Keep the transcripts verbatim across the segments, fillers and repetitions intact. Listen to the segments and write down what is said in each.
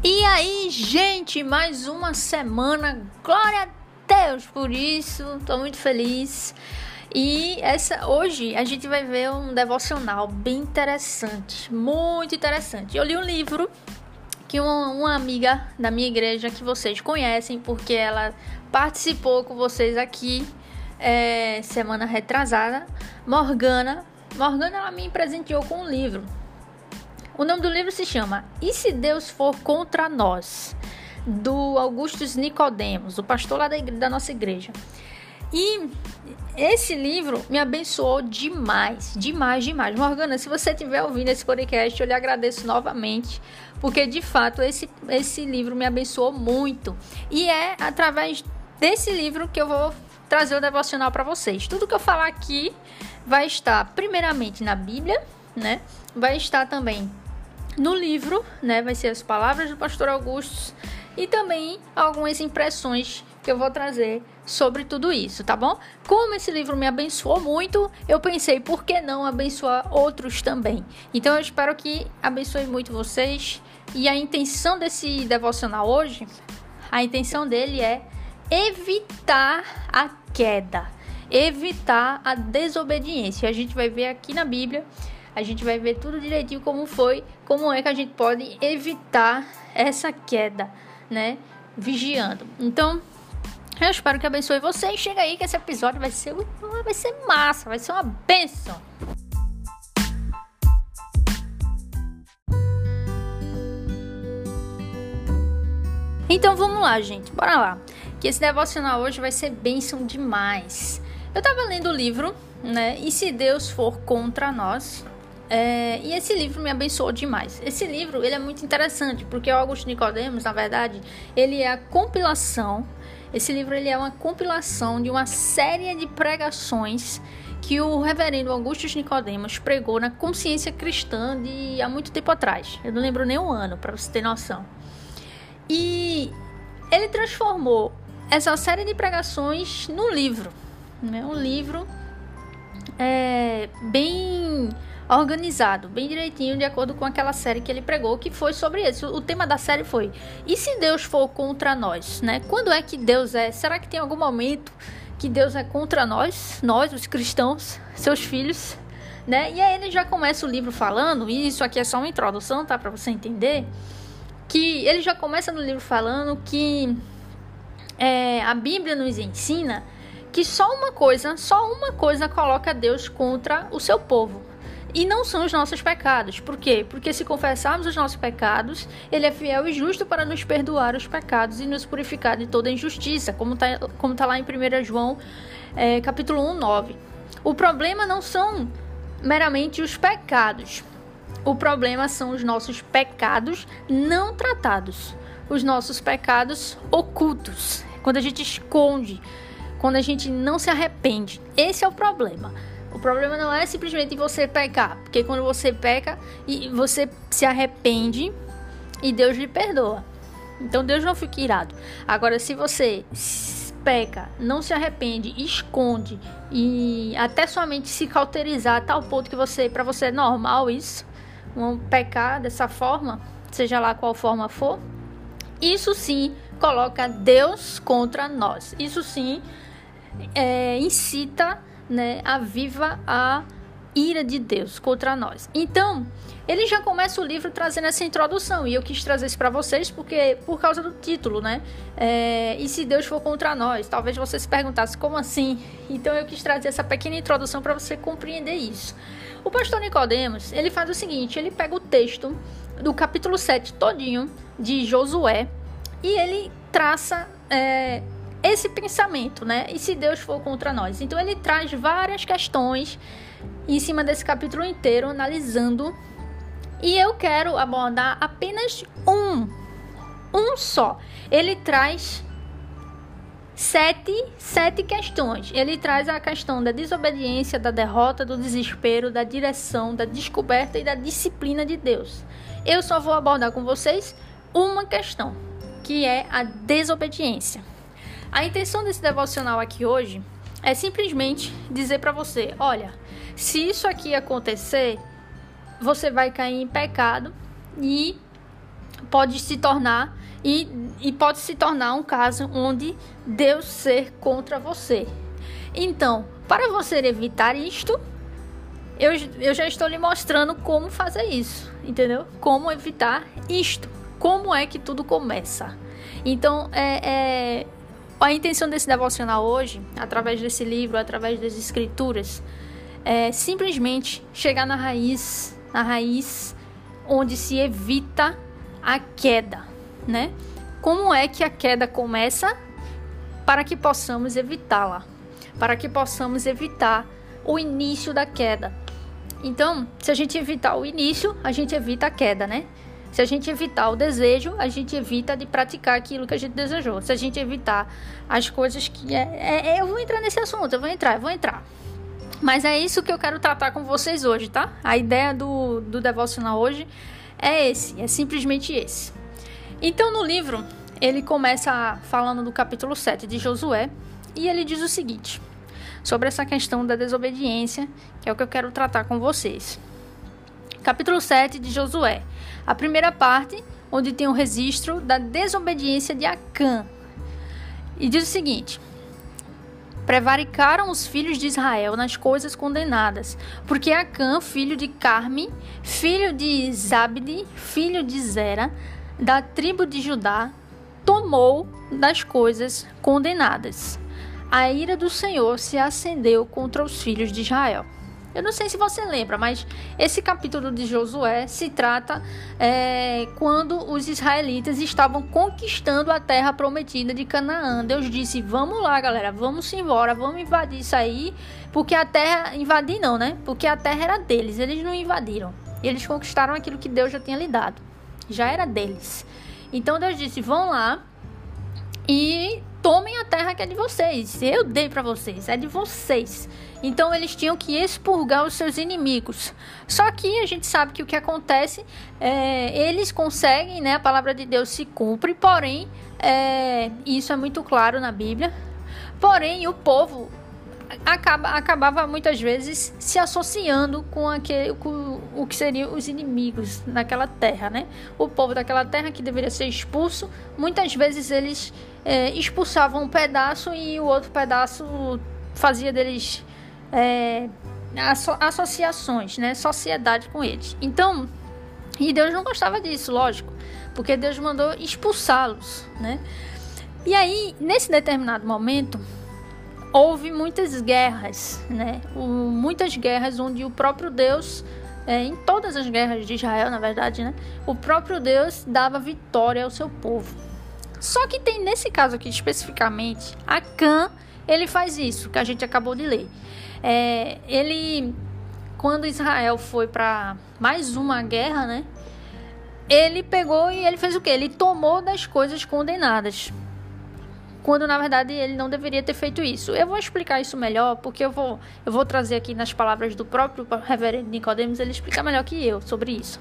E aí, gente, mais uma semana, glória a Deus por isso, tô muito feliz. E essa, hoje a gente vai ver um devocional bem interessante, muito interessante. Eu li um livro que uma, uma amiga da minha igreja, que vocês conhecem, porque ela participou com vocês aqui é, semana retrasada, Morgana. Morgana, ela me presenteou com um livro. O nome do livro se chama E Se Deus For Contra Nós, do Augustus Nicodemos, o pastor lá da, igre- da nossa igreja. E esse livro me abençoou demais, demais, demais. Morgana, se você estiver ouvindo esse podcast, eu lhe agradeço novamente, porque de fato esse, esse livro me abençoou muito. E é através desse livro que eu vou trazer o devocional para vocês. Tudo que eu falar aqui vai estar primeiramente na Bíblia, né? Vai estar também no livro, né? Vai ser as palavras do pastor Augusto e também algumas impressões que eu vou trazer sobre tudo isso, tá bom? Como esse livro me abençoou muito, eu pensei, por que não abençoar outros também? Então eu espero que abençoe muito vocês. E a intenção desse devocional hoje, a intenção dele é evitar a queda, evitar a desobediência. A gente vai ver aqui na Bíblia, a gente vai ver tudo direitinho como foi, como é que a gente pode evitar essa queda, né? Vigiando. Então, eu espero que abençoe vocês. Chega aí que esse episódio vai ser, vai ser massa, vai ser uma bênção. Então vamos lá, gente, bora lá. Que esse devocional hoje vai ser bênção demais. Eu tava lendo o livro, né? E se Deus for contra nós? É, e esse livro me abençoou demais. Esse livro, ele é muito interessante, porque o Augusto Nicodemos, na verdade, ele é a compilação. Esse livro, ele é uma compilação de uma série de pregações que o reverendo Augusto Nicodemos pregou na consciência cristã de há muito tempo atrás. Eu não lembro nem um ano, para você ter noção. E ele transformou essa série de pregações no livro, né? Um livro é, bem organizado, bem direitinho, de acordo com aquela série que ele pregou, que foi sobre isso. O tema da série foi: e se Deus for contra nós, né? Quando é que Deus é? Será que tem algum momento que Deus é contra nós, nós, os cristãos, seus filhos, né? E aí ele já começa o livro falando, e isso aqui é só uma introdução, tá? Para você entender, que ele já começa no livro falando que é, a Bíblia nos ensina que só uma coisa, só uma coisa coloca Deus contra o seu povo. E não são os nossos pecados. Por quê? Porque se confessarmos os nossos pecados, Ele é fiel e justo para nos perdoar os pecados e nos purificar de toda injustiça, como está como tá lá em primeiro João, é, capítulo um, nove. O problema não são meramente os pecados. O problema são os nossos pecados não tratados. Os nossos pecados ocultos. Quando a gente esconde, quando a gente não se arrepende. Esse é o problema. O problema não é simplesmente você pecar, porque quando você peca e você se arrepende e Deus lhe perdoa. Então Deus não fica irado. Agora, se você peca, não se arrepende, esconde e até sua mente se cauterizar a tal ponto que você, para você é normal isso, um pecar dessa forma, seja lá qual forma for, isso sim coloca Deus contra nós. Isso sim é, incita, né, aviva a ira de Deus contra nós. Então, ele já começa o livro trazendo essa introdução, e eu quis trazer isso para vocês porque por causa do título, né? É, e se Deus for contra nós? Talvez você se perguntasse como assim? Então eu quis trazer essa pequena introdução para você compreender isso. O pastor Nicodemos, ele faz o seguinte: ele pega o texto do capítulo sete todinho de Josué e ele traça é, esse pensamento, né? E se Deus for contra nós? Então ele traz várias questões em cima desse capítulo inteiro, analisando. E eu quero abordar apenas um, um só. Ele traz sete, sete questões. Ele traz a questão da desobediência, da derrota, do desespero, da direção, da descoberta e da disciplina de Deus. Eu só vou abordar com vocês uma questão, que é a desobediência. A intenção desse devocional aqui hoje é simplesmente dizer para você: olha, se isso aqui acontecer, você vai cair em pecado e pode se tornar e, e pode se tornar um caso onde Deus ser contra você. Então, para você evitar isto, eu, eu já estou lhe mostrando como fazer isso, entendeu? Como evitar isto, como é que tudo começa. Então, é, é, a intenção desse devocional hoje, através desse livro, através das escrituras, é simplesmente chegar na raiz, na raiz onde se evita a queda, né? Como é que a queda começa para que possamos evitá-la, para que possamos evitar o início da queda. Então, se a gente evitar o início, a gente evita a queda, né? Se a gente evitar o desejo, a gente evita de praticar aquilo que a gente desejou. Se a gente evitar as coisas que... É, é, eu vou entrar nesse assunto, eu vou entrar, eu vou entrar. Mas é isso que eu quero tratar com vocês hoje, tá? A ideia do, do devocional hoje é esse, é simplesmente esse. Então, no livro, ele começa falando do capítulo sete de Josué, e ele diz o seguinte, sobre essa questão da desobediência, que é o que eu quero tratar com vocês. Capítulo sete de Josué, a primeira parte, onde tem o registro da desobediência de Acã. E diz o seguinte: prevaricaram os filhos de Israel nas coisas condenadas, porque Acã, filho de Carme, filho de Zabde, filho de Zera, da tribo de Judá, tomou das coisas condenadas. A ira do Senhor se acendeu contra os filhos de Israel. Eu não sei se você lembra, mas esse capítulo de Josué se trata é, quando os israelitas estavam conquistando a terra prometida de Canaã. Deus disse, vamos lá, galera, vamos embora, vamos invadir isso aí, porque a terra... Invadir não, né? Porque a terra era deles, eles não invadiram. Eles conquistaram aquilo que Deus já tinha lhe dado. Já era deles. Então Deus disse, vão lá e tomem a terra que é de vocês. Eu dei para vocês, é de vocês. Então eles tinham que expurgar os seus inimigos. Só que a gente sabe que o que acontece, é, eles conseguem, né? A palavra de Deus se cumpre, porém, é, isso é muito claro na Bíblia. Porém, o povo acaba, acabava muitas vezes se associando com, aquele, com o que seriam os inimigos naquela terra, né? O povo daquela terra que deveria ser expulso, muitas vezes eles é, expulsavam um pedaço e o outro pedaço fazia deles... É, asso- associações, né? Sociedade com eles. Então, e Deus não gostava disso, lógico, porque Deus mandou expulsá-los, né? E aí, nesse determinado momento, houve muitas guerras, né? O, muitas guerras onde o próprio Deus, é, em todas as guerras de Israel, na verdade, né? O próprio Deus dava vitória ao seu povo. Só que tem nesse caso aqui especificamente, Acã, ele faz isso que a gente acabou de ler. É, ele, quando Israel foi para mais uma guerra, né? Ele pegou e ele fez o quê? Ele tomou das coisas condenadas. Quando, na verdade, ele não deveria ter feito isso. Eu vou explicar isso melhor, porque eu vou, eu vou trazer aqui nas palavras do próprio reverendo Nicodemos, ele explica melhor que eu sobre isso.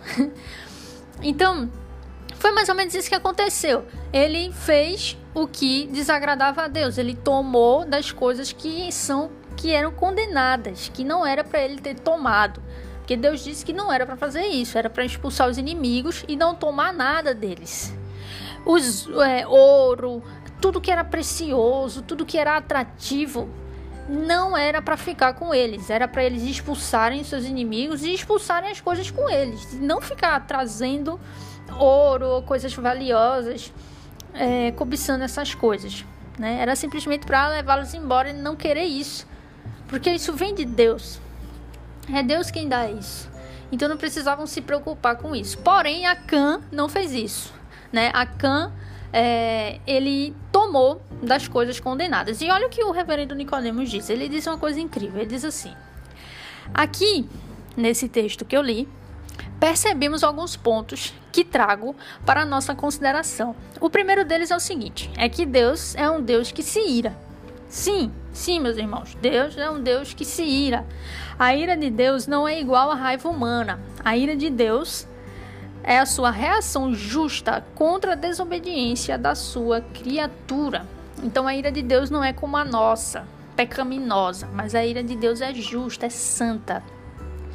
Então, foi mais ou menos isso que aconteceu. Ele fez o que desagradava a Deus. Ele tomou das coisas que são que eram condenadas, que não era para ele ter tomado. Porque Deus disse que não era para fazer isso, era para expulsar os inimigos e não tomar nada deles. Os é, ouro, tudo que era precioso, tudo que era atrativo, não era para ficar com eles, era para eles expulsarem seus inimigos e expulsarem as coisas com eles, não ficar trazendo ouro ou coisas valiosas, é, cobiçando essas coisas, né? Era simplesmente para levá-los embora e não querer isso, porque isso vem de Deus, é Deus quem dá isso, então não precisavam se preocupar com isso. Porém, Acã não fez isso, né? Acã, é, ele tomou das coisas condenadas. E olha o que o reverendo Nicodemos diz. Ele diz uma coisa incrível. Ele diz assim: aqui, nesse texto que eu li, percebemos alguns pontos que trago para a nossa consideração. O primeiro deles é o seguinte: é que Deus é um Deus que se ira. Sim, sim, meus irmãos, Deus é um Deus que se ira. A ira de Deus não é igual à raiva humana. A ira de Deus é a sua reação justa contra a desobediência da sua criatura. Então a ira de Deus não é como a nossa, pecaminosa, mas a ira de Deus é justa, é santa.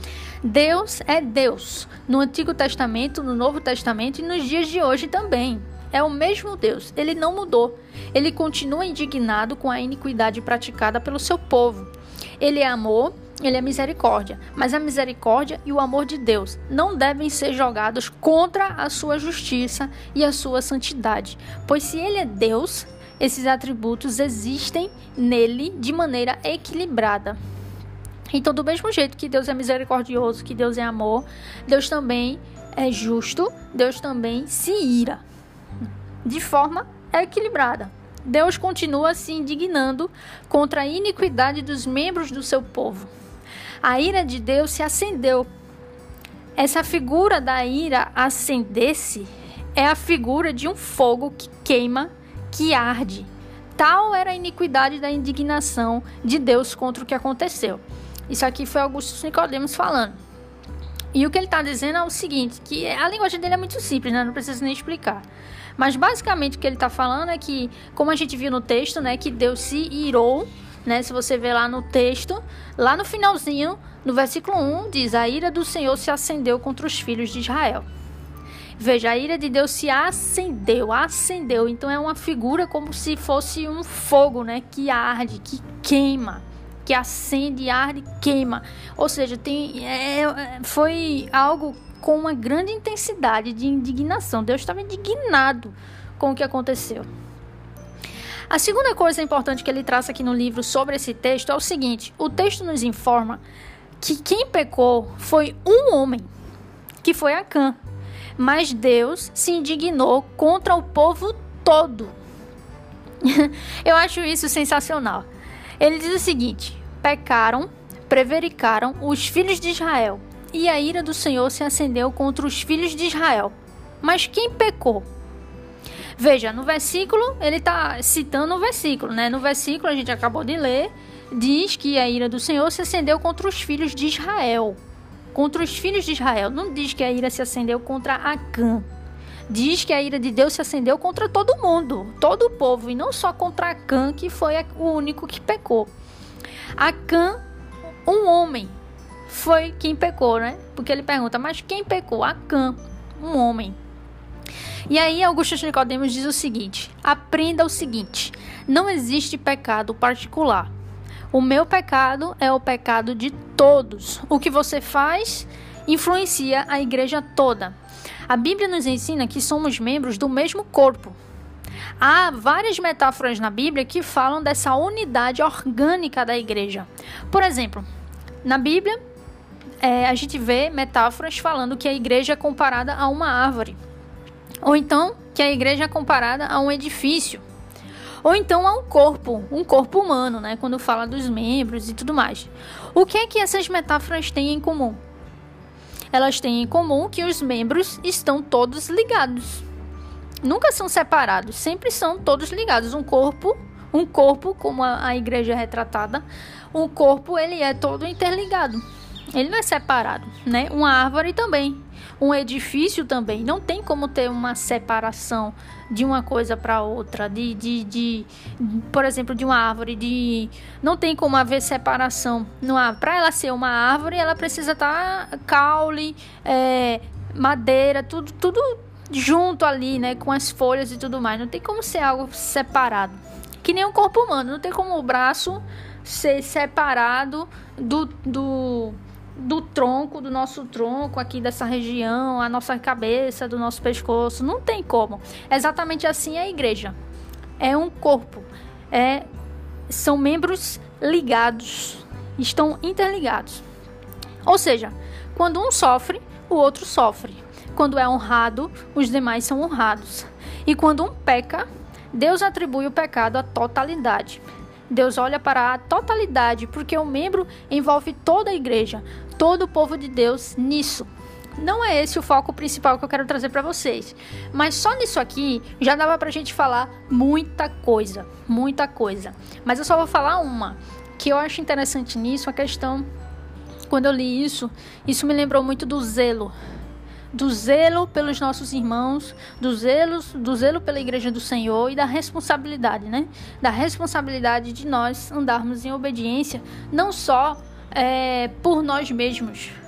Deus é Deus, no Antigo Testamento, no Novo Testamento e nos dias de hoje também. É o mesmo Deus, ele não mudou. Ele continua indignado com a iniquidade praticada pelo seu povo. Ele é amor, ele é misericórdia, mas a misericórdia e o amor de Deus não devem ser jogados contra a sua justiça e a sua santidade, pois se ele é Deus, esses atributos existem nele de maneira equilibrada. Então, do mesmo jeito que Deus é misericordioso, que Deus é amor, Deus também é justo, Deus também se ira de forma equilibrada. Deus continua se indignando contra a iniquidade dos membros do seu povo. A ira de Deus se acendeu. Essa figura da ira acender-se é a figura de um fogo que queima, que arde. Tal era a iniquidade da indignação de Deus contra o que aconteceu. Isso aqui foi Augusto Nicodemos falando. E o que ele está dizendo é o seguinte, que a linguagem dele é muito simples, né? Não preciso nem explicar. Mas basicamente o que ele está falando é que, como a gente viu no texto, né, que Deus se irou, né? Se você ver lá no texto, lá no finalzinho, no versículo um, diz: a ira do Senhor se acendeu contra os filhos de Israel. Veja, a ira de Deus se acendeu, acendeu. Então é uma figura como se fosse um fogo, né, que arde, que queima, que acende, arde, queima. Ou seja, tem, é, foi algo com uma grande intensidade de indignação. Deus estava indignado com o que aconteceu. A segunda coisa importante que ele traz aqui no livro sobre esse texto é o seguinte: o texto nos informa que quem pecou foi um homem, que foi Acã, mas Deus se indignou contra o povo todo. Eu acho isso sensacional. Ele diz o seguinte: pecaram, prevaricaram os filhos de Israel, e a ira do Senhor se acendeu contra os filhos de Israel. Mas quem pecou? Veja, no versículo, ele está citando o versículo, né? No versículo, a gente acabou de ler, diz que a ira do Senhor se acendeu contra os filhos de Israel. Contra os filhos de Israel. Não diz que a ira se acendeu contra Acã. Diz que a ira de Deus se acendeu contra todo mundo, todo o povo, e não só contra Acã, que foi o único que pecou. Acã, um homem, foi quem pecou, né? Porque ele pergunta, mas quem pecou? Acã, um homem. E aí Augusto Nicodemos diz o seguinte: aprenda o seguinte, não existe pecado particular. O meu pecado é o pecado de todos. O que você faz influencia a igreja toda. A Bíblia nos ensina que somos membros do mesmo corpo. Há várias metáforas na Bíblia que falam dessa unidade orgânica da igreja. Por exemplo, na Bíblia, é, a gente vê metáforas falando que a igreja é comparada a uma árvore. Ou então, que a igreja é comparada a um edifício. Ou então a um corpo, um corpo humano, né? Quando fala dos membros e tudo mais. O que é que essas metáforas têm em comum? Elas têm em comum que os membros estão todos ligados. Nunca são separados, sempre são todos ligados. Um corpo, um corpo, como a, a igreja é retratada, o corpo ele é todo interligado. Ele não é separado, né? Uma árvore também, um edifício também. Não tem como ter uma separação de uma coisa para outra, de, de, de, por exemplo, de uma árvore. De, não tem como haver separação. Para ela ser uma árvore, ela precisa estar caule, é, madeira, tudo, tudo junto ali, né? Com as folhas e tudo mais. Não tem como ser algo separado. Que nem um corpo humano. Não tem como o braço ser separado do... do do tronco, do nosso tronco aqui dessa região, a nossa cabeça, do nosso pescoço, não tem como. Exatamente assim é a igreja. É um corpo, é, são membros ligados, estão interligados. Ou seja, quando um sofre, o outro sofre. Quando é honrado, os demais são honrados. E quando um peca, Deus atribui o pecado à totalidade. Deus olha para a totalidade, porque o membro envolve toda a igreja, todo o povo de Deus nisso. Não é esse o foco principal que eu quero trazer para vocês, mas só nisso aqui já dava para a gente falar muita coisa, muita coisa. Mas eu só vou falar uma, que eu acho interessante nisso, a questão, quando eu li isso, isso me lembrou muito do zelo. Do zelo pelos nossos irmãos, do zelo, do zelo pela igreja do Senhor e da responsabilidade, né? Da responsabilidade de nós andarmos em obediência, não só é, por nós mesmos,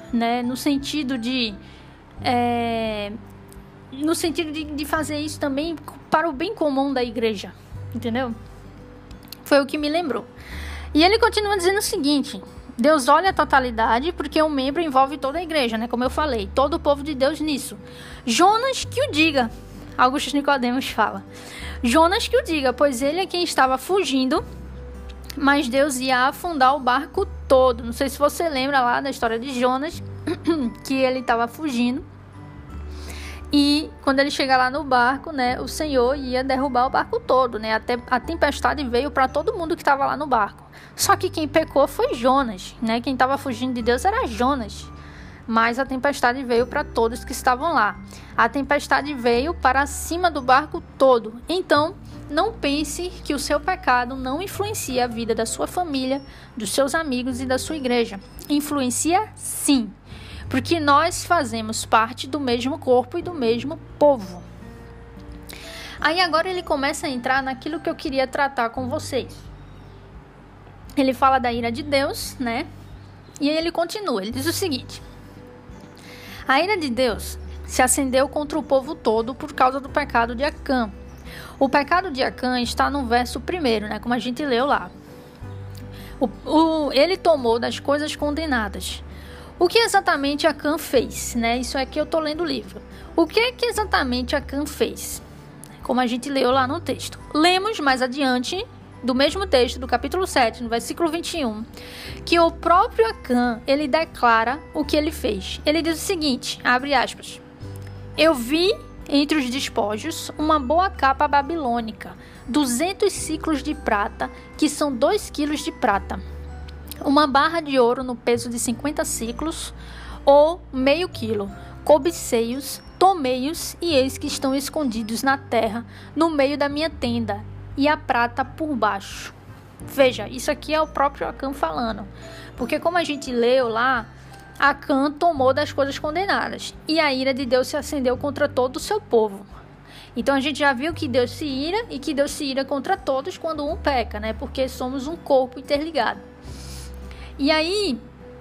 né? No sentido de... É, no sentido de, de fazer isso também para o bem comum da igreja, entendeu? Foi o que me lembrou. E ele continua dizendo o seguinte: Deus olha a totalidade porque um membro envolve toda a igreja, né? Como eu falei, todo o povo de Deus nisso. Jonas que o diga, Augusto Nicodemos fala. Jonas que o diga, pois ele é quem estava fugindo, mas Deus ia afundar o barco todo. Não sei se você lembra lá da história de Jonas, que ele estava fugindo. E quando ele chegar lá no barco, né, o Senhor ia derrubar o barco todo, né? Até a tempestade veio para todo mundo que estava lá no barco. Só que quem pecou foi Jonas, né? Quem estava fugindo de Deus era Jonas. Mas a tempestade veio para todos que estavam lá. A tempestade veio para cima do barco todo. Então, não pense que o seu pecado não influencia a vida da sua família, dos seus amigos e da sua igreja. Influencia sim. Porque nós fazemos parte do mesmo corpo e do mesmo povo. Aí agora ele começa a entrar naquilo que eu queria tratar com vocês. Ele fala da ira de Deus, né? E aí ele continua, ele diz o seguinte: a ira de Deus se acendeu contra o povo todo por causa do pecado de Acã. O pecado de Acã está no verso primeiro, né? Como a gente leu lá. O, o, ele tomou das coisas condenadas. O que exatamente Acã fez, né? Isso aqui eu tô lendo o livro. O que que exatamente Acã fez? Como a gente leu lá no texto. Lemos mais adiante, do mesmo texto, do capítulo sete, no versículo vinte e um, que o próprio Acã, ele declara o que ele fez. Ele diz o seguinte, abre aspas: eu vi entre os despojos uma boa capa babilônica, duzentos ciclos de prata, que são dois quilos de prata. Uma barra de ouro no peso de cinquenta ciclos, ou meio quilo. Cobicei-os, tomei-os, e eis que estão escondidos na terra, no meio da minha tenda, e a prata por baixo. Veja, isso aqui é o próprio Acã falando. Porque como a gente leu lá, Acã tomou das coisas condenadas, e a ira de Deus se acendeu contra todo o seu povo. Então a gente já viu que Deus se ira, e que Deus se ira contra todos quando um peca, né? Porque somos um corpo interligado. E aí,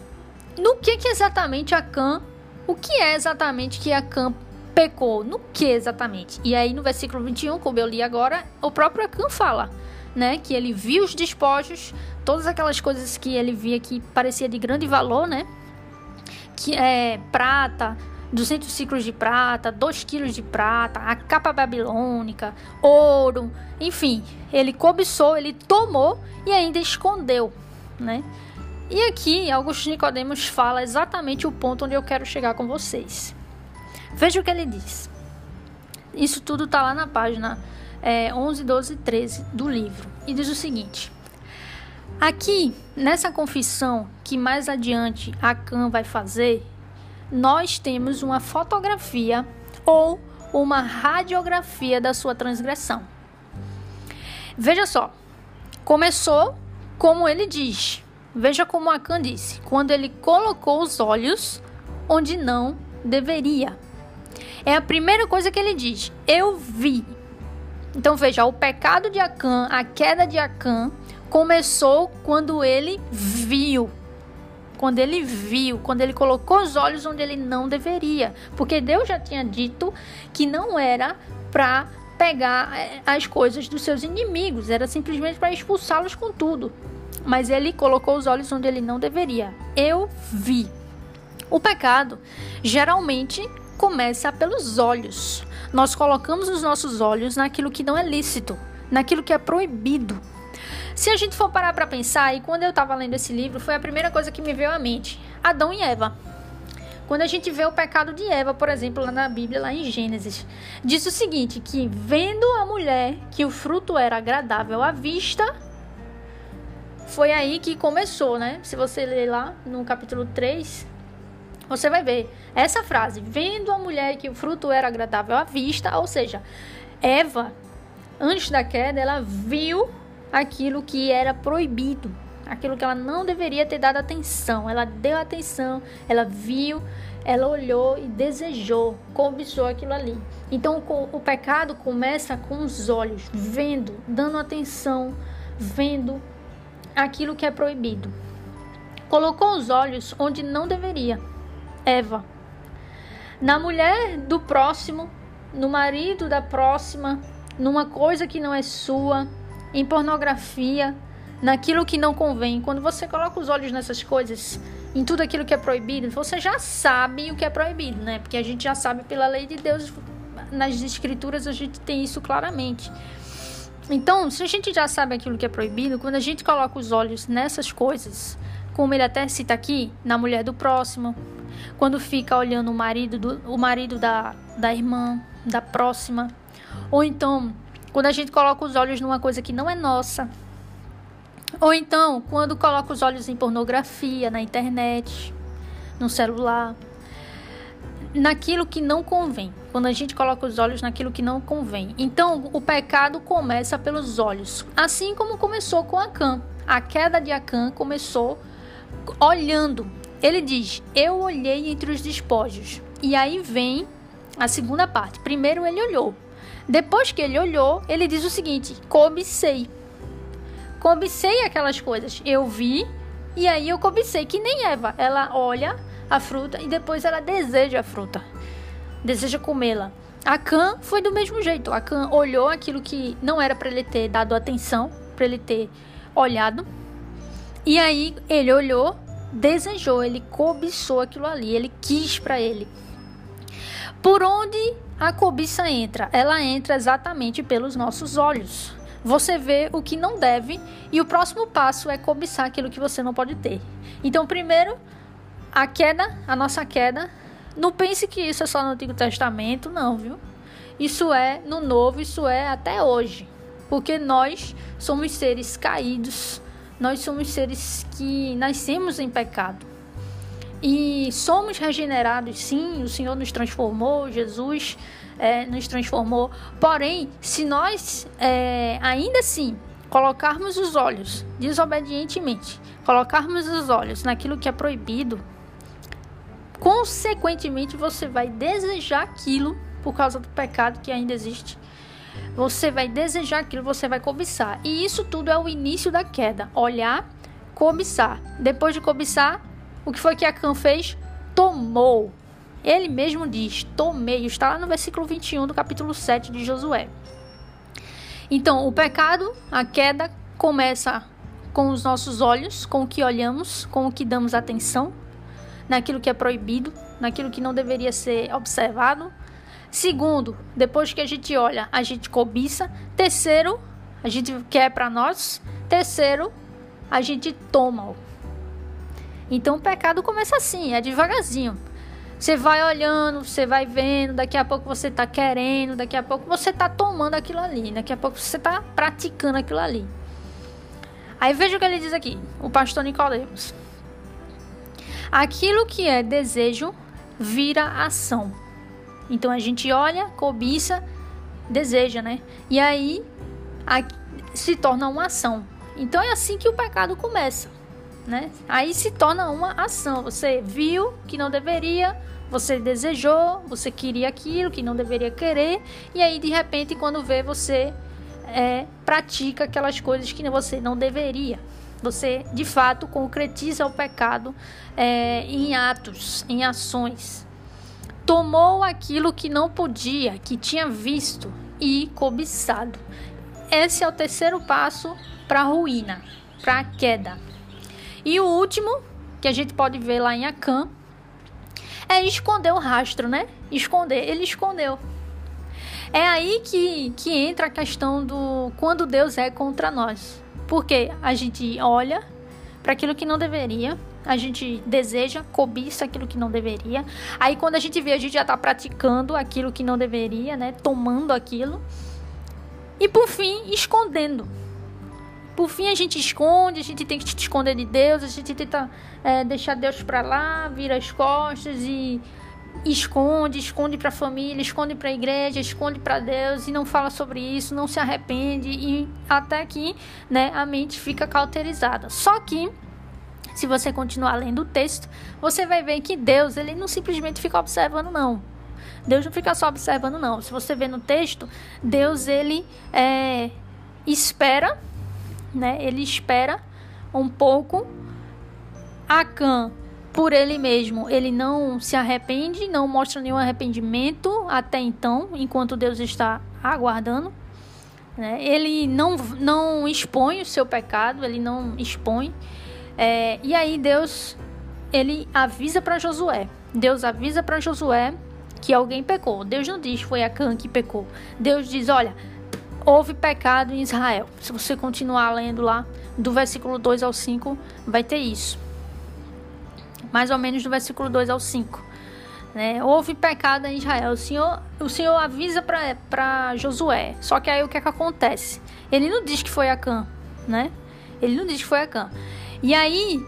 no que que exatamente Acã, o que é exatamente que Acã pecou? No que exatamente? E aí no versículo vinte e um, como eu li agora, o próprio Acã fala, né? Que ele viu os despojos, todas aquelas coisas que ele via que parecia de grande valor, né? Que é prata, duzentos ciclos de prata, dois quilos de prata, a capa babilônica, ouro, enfim. Ele cobiçou, ele tomou e ainda escondeu, né? E aqui, Augusto Nicodemos fala exatamente o ponto onde eu quero chegar com vocês. Veja o que ele diz. Isso tudo está lá na página é, onze, doze e treze do livro. E diz o seguinte: aqui, nessa confissão que mais adiante Acã vai fazer, nós temos uma fotografia ou uma radiografia da sua transgressão. Veja só, começou como ele diz. Veja como Acã disse, quando ele colocou os olhos onde não deveria. É a primeira coisa que ele diz, eu vi. Então veja, o pecado de Acã, a queda de Acã, começou quando ele viu. Quando ele viu, quando ele colocou os olhos onde ele não deveria. Porque Deus já tinha dito que não era para pegar as coisas dos seus inimigos, era simplesmente para expulsá-los com tudo. Mas ele colocou os olhos onde ele não deveria. Eu vi. O pecado geralmente começa pelos olhos. Nós colocamos os nossos olhos naquilo que não é lícito, naquilo que é proibido. Se a gente for parar para pensar, e quando eu estava lendo esse livro, foi a primeira coisa que me veio à mente: Adão e Eva. Quando a gente vê o pecado de Eva, por exemplo, lá na Bíblia, lá em Gênesis, diz o seguinte, que vendo a mulher que o fruto era agradável à vista, foi aí que começou, né? Se você ler lá no capítulo três, você vai ver essa frase, vendo a mulher que o fruto era agradável à vista, ou seja, Eva, antes da queda, ela viu aquilo que era proibido, aquilo que ela não deveria ter dado atenção. Ela deu atenção, ela viu, ela olhou e desejou, cobiçou aquilo ali. Então o, o pecado começa com os olhos, vendo, dando atenção, vendo aquilo que é proibido. Colocou os olhos onde não deveria. Eva. Na mulher do próximo, no marido da próxima, numa coisa que não é sua, em pornografia, naquilo que não convém. Quando você coloca os olhos nessas coisas, em tudo aquilo que é proibido, você já sabe o que é proibido, né? Porque a gente já sabe pela lei de Deus, nas escrituras a gente tem isso claramente. Então, se a gente já sabe aquilo que é proibido, quando a gente coloca os olhos nessas coisas, como ele até cita aqui, na mulher do próximo, quando fica olhando o marido, do, o marido da, da irmã, da próxima, ou então, quando a gente coloca os olhos numa coisa que não é nossa, ou então, quando coloca os olhos em pornografia, na internet, no celular, naquilo que não convém. Quando a gente coloca os olhos naquilo que não convém. Então, o pecado começa pelos olhos. Assim como começou com Acã. A queda de Acã começou olhando. Ele diz, eu olhei entre os despojos. E aí vem a segunda parte. Primeiro ele olhou. Depois que ele olhou, ele diz o seguinte, cobicei. Cobicei aquelas coisas. Eu vi e aí eu cobicei. Que nem Eva. Ela olha a fruta e depois ela deseja a fruta. Deseja comê-la. Acã foi do mesmo jeito. Acã olhou aquilo que não era para ele ter dado atenção, para ele ter olhado. E aí ele olhou, desejou, ele cobiçou aquilo ali, ele quis para ele. Por onde a cobiça entra? Ela entra exatamente pelos nossos olhos. Você vê o que não deve e o próximo passo é cobiçar aquilo que você não pode ter. Então, primeiro, a queda, a nossa queda, não pense que isso é só no Antigo Testamento, não, viu? Isso é no Novo, isso é até hoje. Porque nós somos seres caídos, nós somos seres que nascemos em pecado. E somos regenerados, sim, o Senhor nos transformou, Jesus é, nos transformou. Porém, se nós é, ainda assim colocarmos os olhos desobedientemente, colocarmos os olhos naquilo que é proibido, consequentemente você vai desejar aquilo por causa do pecado que ainda existe. Você vai desejar aquilo, você vai cobiçar. E isso tudo é o início da queda. Olhar, cobiçar. Depois de cobiçar, o que foi que Acã fez? Tomou. Ele mesmo diz, tomei. Está lá no versículo vinte e um do capítulo sete de Josué. Então, o pecado, a queda, começa com os nossos olhos, com o que olhamos, com o que damos atenção, naquilo que é proibido, naquilo que não deveria ser observado. Segundo, depois que a gente olha, a gente cobiça. Terceiro, a gente quer para nós. Terceiro, a gente toma. Então o pecado começa assim, é devagarzinho. Você vai olhando, você vai vendo, daqui a pouco você está querendo, daqui a pouco você está tomando aquilo ali, daqui a pouco você está praticando aquilo ali. Aí veja o que ele diz aqui, o pastor Nicodemos. Aquilo que é desejo vira ação. Então a gente olha, cobiça, deseja, né? E aí a, se torna uma ação. Então é assim que o pecado começa, né? Aí se torna uma ação. Você viu que não deveria, você desejou, você queria aquilo que não deveria querer. E aí de repente quando vê você é, pratica aquelas coisas que você não deveria. Você, de fato, concretiza o pecado é, em atos, em ações. Tomou aquilo que não podia, que tinha visto e cobiçado. Esse é o terceiro passo para a ruína, para a queda. E o último, que a gente pode ver lá em Acã, é esconder o rastro, né? Esconder. Ele escondeu. É aí que, que entra a questão do quando Deus é contra nós. Porque a gente olha para aquilo que não deveria, a gente deseja, cobiça aquilo que não deveria. Aí quando a gente vê, a gente já está praticando aquilo que não deveria, né? Tomando aquilo. E por fim, escondendo. Por fim, a gente esconde, a gente tem que se esconder de Deus, a gente tenta é, deixar Deus para lá, vira as costas e esconde, esconde para a família, esconde para a igreja, esconde para Deus e não fala sobre isso, não se arrepende e até que, né, a mente fica cauterizada. Só que, se você continuar lendo o texto, você vai ver que Deus, ele não simplesmente fica observando, não. Deus não fica só observando, não. Se você vê no texto, Deus, ele é, espera, né, ele espera um pouco Acã por ele mesmo, ele não se arrepende, não mostra nenhum arrependimento até então, enquanto Deus está aguardando, né? Ele não, não expõe o seu pecado, ele não expõe. É, e aí Deus, ele avisa para Josué. Deus avisa para Josué que alguém pecou. Deus não diz foi Acã que pecou. Deus diz, olha, houve pecado em Israel. Se você continuar lendo lá, do versículo dois ao cinco, vai ter isso. Mais ou menos do versículo dois ao cinco. Né? Houve pecado em Israel. O Senhor, o Senhor avisa para Josué. Só que aí o que é que acontece? Ele não diz que foi Acã, né? Ele não diz que foi Acã. E aí,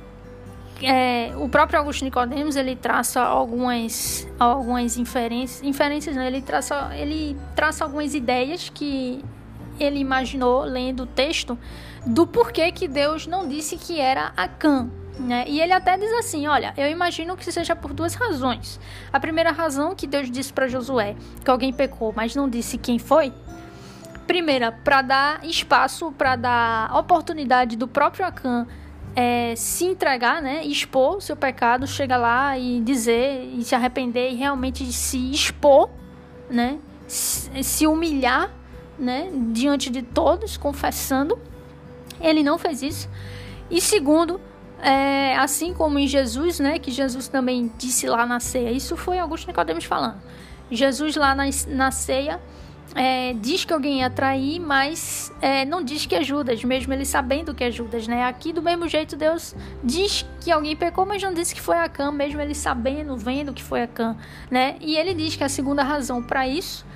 é, o próprio Augusto Nicodemos, ele traça algumas, algumas inferências. Inferências não, ele traça, ele traça algumas ideias que ele imaginou lendo o texto do porquê que Deus não disse que era Acã. Né? E ele até diz assim, olha, eu imagino que seja por duas razões. A primeira razão que Deus disse para Josué que alguém pecou, mas não disse quem foi. Primeira, para dar espaço, para dar oportunidade do próprio Acã é, se entregar, né? Expor o seu pecado, chegar lá e dizer, e se arrepender e realmente se expor, né? Se, se humilhar, né? Diante de todos, confessando. Ele não fez isso. E segundo, É, assim como em Jesus, né, que Jesus também disse lá na ceia, isso foi Augusto Nicodemos falando. Jesus lá na, na ceia é, diz que alguém ia trair, mas é, não diz que é Judas, mesmo ele sabendo que é Judas, né? Aqui do mesmo jeito Deus diz que alguém pecou, mas não disse que foi Acã, mesmo ele sabendo, vendo que foi Acã, né? E ele diz que a segunda razão para isso,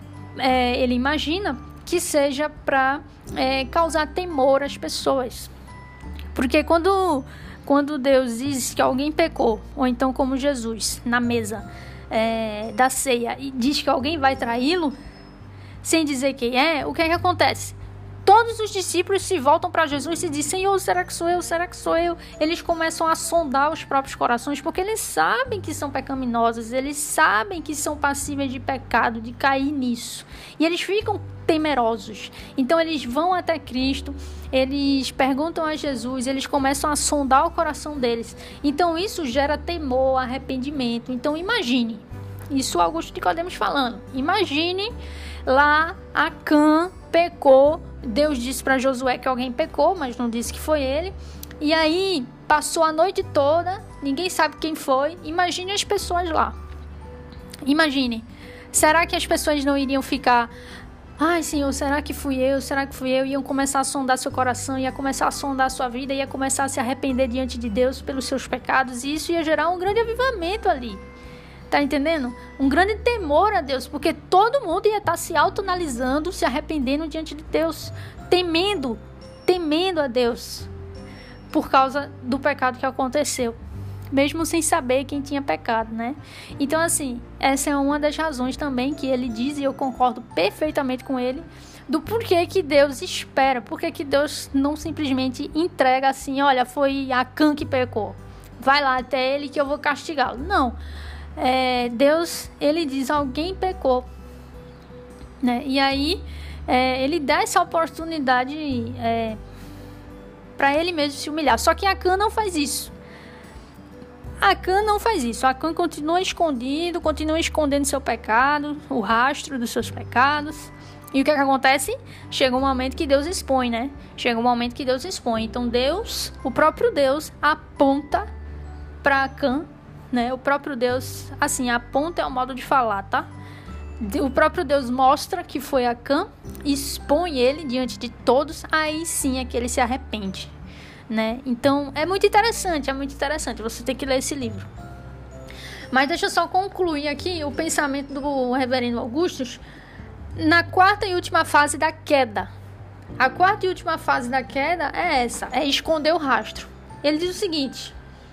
é, ele imagina que seja para é, causar temor às pessoas. Porque quando, quando Deus diz que alguém pecou, ou então como Jesus, na mesa é, da ceia, e diz que alguém vai traí-lo, sem dizer quem é, o que é que acontece? Todos os discípulos se voltam para Jesus e dizem, Senhor, será que sou eu? Será que sou eu? Eles começam a sondar os próprios corações, porque eles sabem que são pecaminosos, eles sabem que são passíveis de pecado, de cair nisso. E eles ficam temerosos. Então eles vão até Cristo, eles perguntam a Jesus, eles começam a sondar o coração deles. Então isso gera temor, arrependimento. Então imagine, isso Augusto Nicodemos falando, imagine lá Acã pecou, Deus disse para Josué que alguém pecou, mas não disse que foi ele. E aí passou a noite toda, ninguém sabe quem foi. Imagine as pessoas lá. Imagine, será que as pessoas não iriam ficar, ai Senhor, será que fui eu? Será que fui eu? Iam começar a sondar seu coração, ia começar a sondar a sua vida, ia começar a se arrepender diante de Deus pelos seus pecados, e isso ia gerar um grande avivamento ali. Tá entendendo? Um grande temor a Deus, porque todo mundo ia estar se autoanalisando, se arrependendo diante de Deus, temendo, temendo a Deus, por causa do pecado que aconteceu, mesmo sem saber quem tinha pecado, né? Então, assim, essa é uma das razões também que ele diz, e eu concordo perfeitamente com ele, do porquê que Deus espera, porquê que Deus não simplesmente entrega assim, olha, foi Acã que pecou, vai lá até ele que eu vou castigá-lo. Não. É, Deus, ele diz, alguém pecou, né? E aí é, ele dá essa oportunidade é, para ele mesmo se humilhar. Só que Acã não faz isso. Acã não faz isso. Acã continua escondido, continua escondendo seu pecado, o rastro dos seus pecados. E o que, é que acontece? Chega um momento que Deus expõe, né? Chega um momento que Deus expõe. Então Deus, o próprio Deus, aponta para Acã, né? O próprio Deus, assim, aponta é o modo de falar, tá? O próprio Deus mostra que foi Acã, expõe ele diante de todos, aí sim é que ele se arrepende, né? Então é muito interessante, é muito interessante, você tem que ler esse livro. Mas deixa eu só concluir aqui o pensamento do reverendo Augustus na quarta e última fase da queda. A quarta e última fase da queda é essa, é esconder o rastro. Ele diz o seguinte: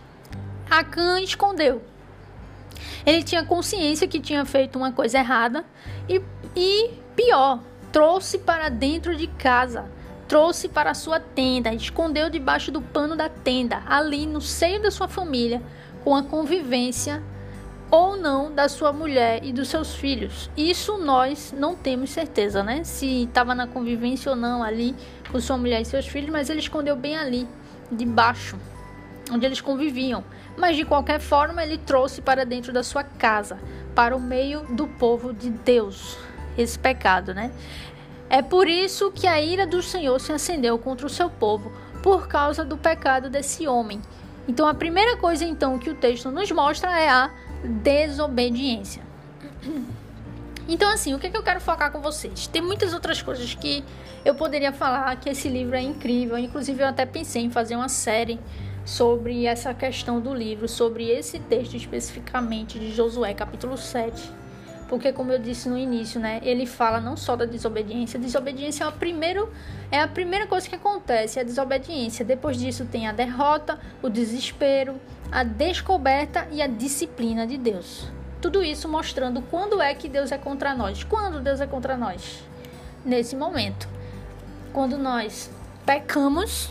Acã escondeu. Ele tinha consciência que tinha feito uma coisa errada e, e pior, trouxe para dentro de casa, trouxe para a sua tenda, escondeu debaixo do pano da tenda, ali no seio da sua família, com a convivência ou não da sua mulher e dos seus filhos. Isso nós não temos certeza, né? Se estava na convivência ou não ali com sua mulher e seus filhos, mas ele escondeu bem ali, debaixo. onde eles conviviam. Mas de qualquer forma, ele trouxe para dentro da sua casa, para o meio do povo de Deus, esse pecado, né? É por isso que a ira do Senhor se acendeu contra o seu povo, por causa do pecado desse homem. Então, a primeira coisa, então, que o texto nos mostra é a desobediência. Então, assim, o que, é que eu quero focar com vocês? Tem muitas outras coisas que eu poderia falar, que esse livro é incrível. Inclusive, eu até pensei em fazer uma série sobre essa questão do livro, sobre esse texto especificamente de Josué, capítulo sete. Porque, como eu disse no início, né, ele fala não só da desobediência. A desobediência é, o primeiro, é a primeira coisa que acontece, a desobediência. Depois disso tem a derrota, o desespero, a descoberta e a disciplina de Deus. Tudo isso mostrando quando é que Deus é contra nós. Quando Deus é contra nós? Nesse momento. Quando nós pecamos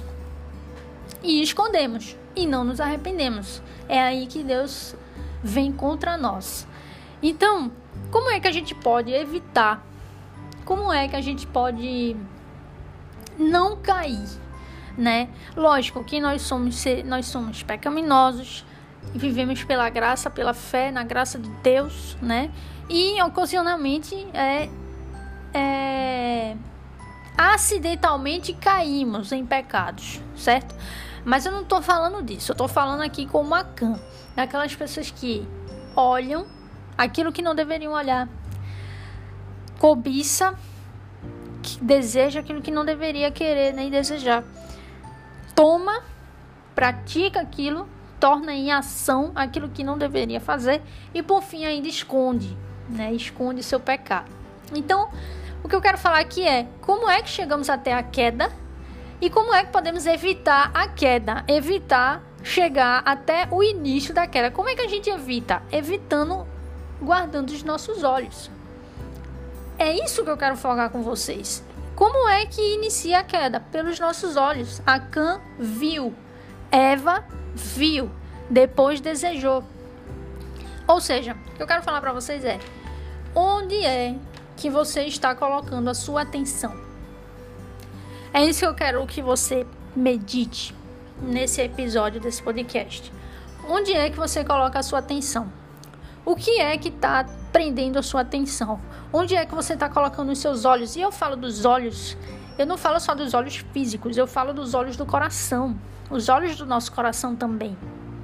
e escondemos e não nos arrependemos. É aí que Deus vem contra nós. Então, como é que a gente pode evitar? Como é que a gente pode não cair, né? Lógico que nós somos, nós somos pecaminosos, vivemos pela graça, pela fé, na graça de Deus, né? E ocasionalmente, é, é, acidentalmente caímos em pecados, certo? Mas eu não tô falando disso, eu tô falando aqui como Acã, daquelas pessoas que olham aquilo que não deveriam olhar, cobiça, que deseja aquilo que não deveria querer nem desejar, toma, pratica aquilo, torna em ação aquilo que não deveria fazer e por fim ainda esconde, né? Esconde seu pecado. Então, o que eu quero falar aqui é como é que chegamos até a queda e como é que podemos evitar a queda, evitar chegar até o início da queda. Como é que a gente evita? Evitando, guardando os nossos olhos. É isso que eu quero focar com vocês. Como é que inicia a queda? Pelos nossos olhos. Acã viu, Eva viu, depois desejou. Ou seja, o que eu quero falar para vocês é: onde é que você está colocando a sua atenção? É isso que eu quero que você medite nesse episódio desse podcast. Onde é que você coloca a sua atenção? O que é que está prendendo a sua atenção? Onde é que você está colocando os seus olhos? E eu falo dos olhos, eu não falo só dos olhos físicos, eu falo dos olhos do coração. Os olhos do nosso coração também.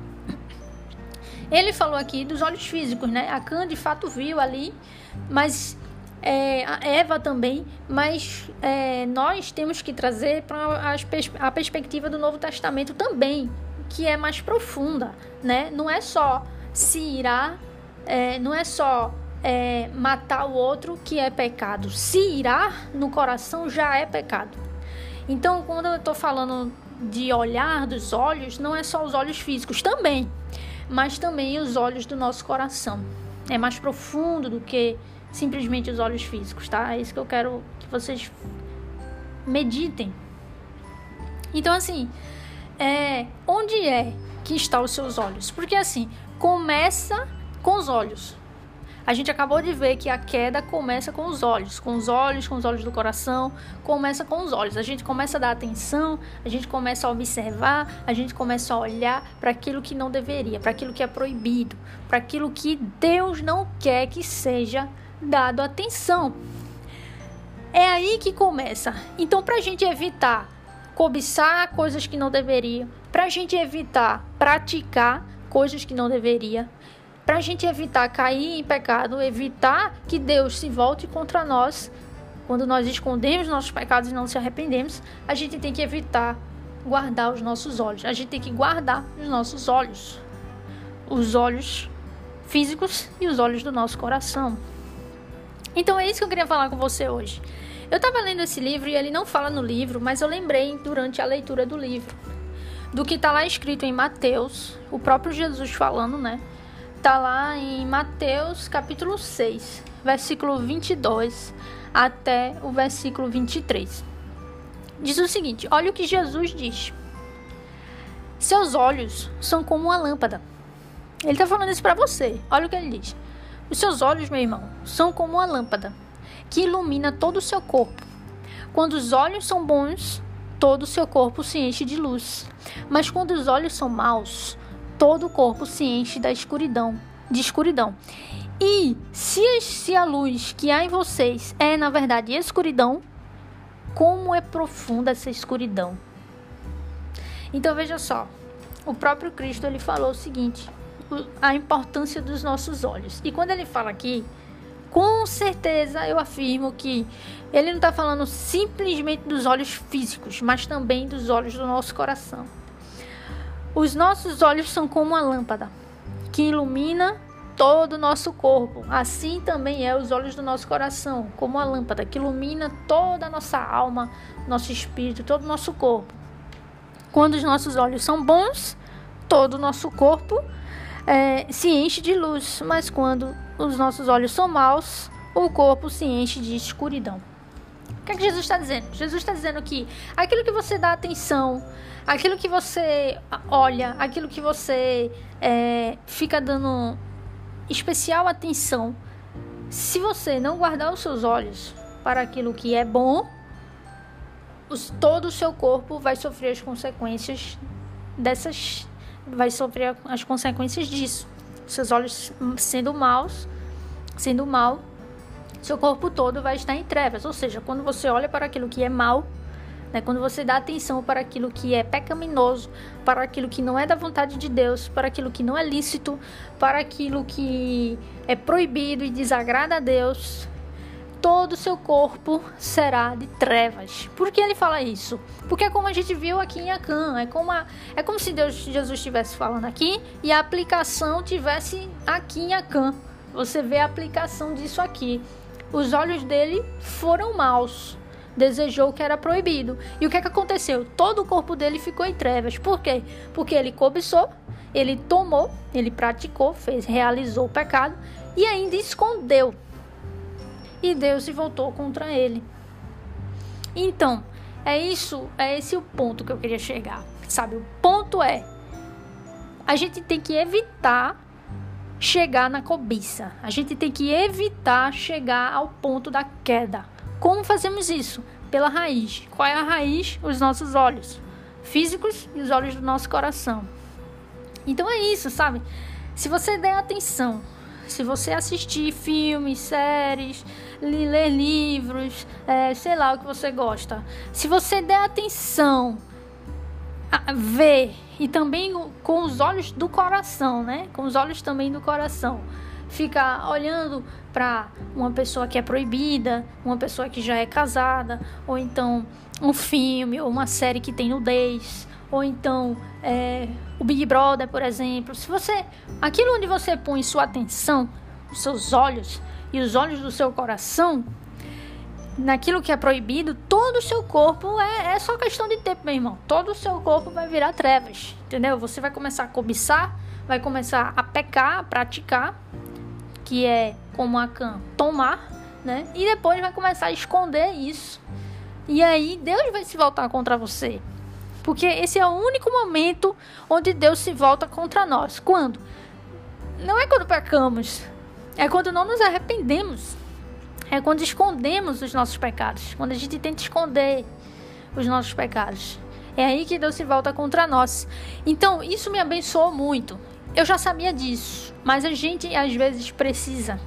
Ele falou aqui dos olhos físicos, né? Acã de fato viu ali, mas é, a Eva também. Mas é, nós temos que trazer para a perspectiva do Novo Testamento também, que é mais profunda, né? Não é só se irar, é, não é só é, matar o outro que é pecado. Se irar no coração já é pecado. Então, quando eu estou falando de olhar dos olhos, não é só os olhos físicos também, mas também os olhos do nosso coração. É mais profundo do que simplesmente os olhos físicos, tá? É isso que eu quero que vocês meditem. Então, assim, é, onde é que estão os seus olhos? Porque, assim, começa com os olhos. A gente acabou de ver que a queda começa com os olhos, com os olhos, com os olhos do coração, começa com os olhos. A gente começa a dar atenção, a gente começa a observar, a gente começa a olhar para aquilo que não deveria, para aquilo que é proibido, para aquilo que Deus não quer que seja dado atenção. É aí que começa. Então, para a gente evitar cobiçar coisas que não deveria, para a gente evitar praticar coisas que não deveria, para a gente evitar cair em pecado, evitar que Deus se volte contra nós, quando nós escondemos nossos pecados e não se arrependemos, a gente tem que evitar guardar os nossos olhos. A gente tem que guardar os nossos olhos. Os olhos físicos e os olhos do nosso coração. Então é isso que eu queria falar com você hoje. Eu estava lendo esse livro e ele não fala no livro, mas eu lembrei durante a leitura do livro do que está lá escrito em Mateus, o próprio Jesus falando, né? Está lá em Mateus capítulo seis, versículo vinte e dois até o versículo vinte e três. Diz o seguinte: olha o que Jesus diz. Seus olhos são como uma lâmpada. Ele está falando isso para você. Olha o que ele diz. Os seus olhos, meu irmão, são como uma lâmpada que ilumina todo o seu corpo. Quando os olhos são bons, todo o seu corpo se enche de luz. Mas quando os olhos são maus, todo o corpo se enche da escuridão, de escuridão. E se, se a luz que há em vocês é, na verdade, escuridão, como é profunda essa escuridão? Então, veja só, o próprio Cristo, ele falou o seguinte, a importância dos nossos olhos. E quando ele fala aqui, com certeza eu afirmo que ele não está falando simplesmente dos olhos físicos, mas também dos olhos do nosso coração. Os nossos olhos são como uma lâmpada que ilumina todo o nosso corpo. Assim também é os olhos do nosso coração, como uma lâmpada que ilumina toda a nossa alma, nosso espírito, todo o nosso corpo. Quando os nossos olhos são bons, todo o nosso corpo é, se enche de luz, mas quando os nossos olhos são maus, o corpo se enche de escuridão. O que é que Jesus está dizendo? Jesus está dizendo que aquilo que você dá atenção, aquilo que você olha, aquilo que você é, fica dando especial atenção, se você não guardar os seus olhos para aquilo que é bom, os, todo o seu corpo vai sofrer as consequências dessas, vai sofrer as consequências disso. Seus olhos sendo maus, sendo mal, seu corpo todo vai estar em trevas. Ou seja, quando você olha para aquilo que é mal, né, quando você dá atenção para aquilo que é pecaminoso, para aquilo que não é da vontade de Deus, para aquilo que não é lícito, para aquilo que é proibido e desagrada a Deus, todo o seu corpo será de trevas. Por que ele fala isso? Porque é como a gente viu aqui em Acã, é como, a, é como se Deus, Jesus estivesse falando aqui e a aplicação tivesse aqui em Acã. Você vê a aplicação disso aqui. Os olhos dele foram maus, desejou o que era proibido. E o que é que aconteceu? Todo o corpo dele ficou em trevas. Por quê? Porque ele cobiçou, ele tomou, ele praticou, fez, realizou o pecado e ainda escondeu. E Deus se voltou contra ele. Então, é isso, é esse o ponto que eu queria chegar. Sabe, o ponto é, a gente tem que evitar chegar na cobiça. A gente tem que evitar chegar ao ponto da queda. Como fazemos isso? Pela raiz. Qual é a raiz? Os nossos olhos físicos e os olhos do nosso coração. Então é isso, sabe? Se você der atenção, se você assistir filmes, séries, ler livros, é, sei lá o que você gosta. Se você der atenção a ver e também com os olhos do coração, né? Com os olhos também do coração. Ficar olhando para uma pessoa que é proibida, uma pessoa que já é casada, ou então um filme ou uma série que tem nudez, ou então é, o Big Brother, por exemplo. Se você, aquilo onde você põe sua atenção, os seus olhos e os olhos do seu coração, naquilo que é proibido, todo o seu corpo é, é só questão de tempo, meu irmão. Todo o seu corpo vai virar trevas, entendeu? Você vai começar a cobiçar, vai começar a pecar, a praticar, que é como Acã, tomar, né? E depois vai começar a esconder isso. E aí Deus vai se voltar contra você. Porque esse é o único momento onde Deus se volta contra nós. Quando? Não é quando pecamos. É quando não nos arrependemos. É quando escondemos os nossos pecados. Quando a gente tenta esconder os nossos pecados. É aí que Deus se volta contra nós. Então, isso me abençoou muito. Eu já sabia disso. Mas a gente, às vezes, precisa.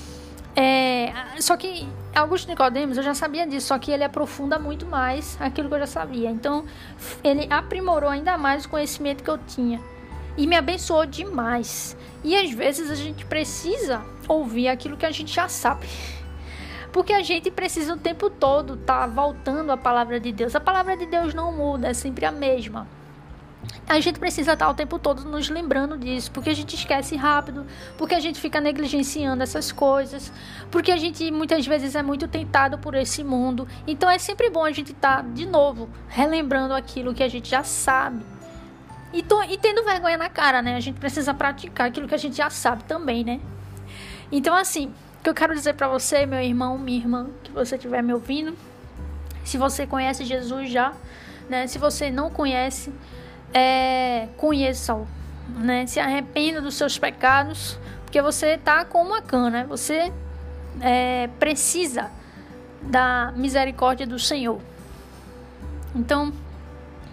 É, só que Augusto Nicodemos, eu já sabia disso. Só que ele aprofunda muito mais aquilo que eu já sabia. Então, ele aprimorou ainda mais o conhecimento que eu tinha. E me abençoou demais. E, às vezes, a gente precisa ouvir aquilo que a gente já sabe. Porque a gente precisa o tempo todo estar tá voltando à palavra de Deus. A palavra de Deus não muda, é sempre a mesma. A gente precisa estar o tempo todo nos lembrando disso, porque a gente esquece rápido, porque a gente fica negligenciando essas coisas, porque a gente muitas vezes é muito tentado por esse mundo. Então é sempre bom a gente estar de novo relembrando aquilo que a gente já sabe. E, tô, e tendo vergonha na cara, né? A gente precisa praticar aquilo que a gente já sabe também, né? Então assim, o que eu quero dizer pra você, meu irmão, minha irmã, que você estiver me ouvindo, se você conhece Jesus já, né? Se você não conhece, é, conheça-o, né? Se arrependa dos seus pecados, porque você tá como Acã, né? Você é, precisa da misericórdia do Senhor. Então,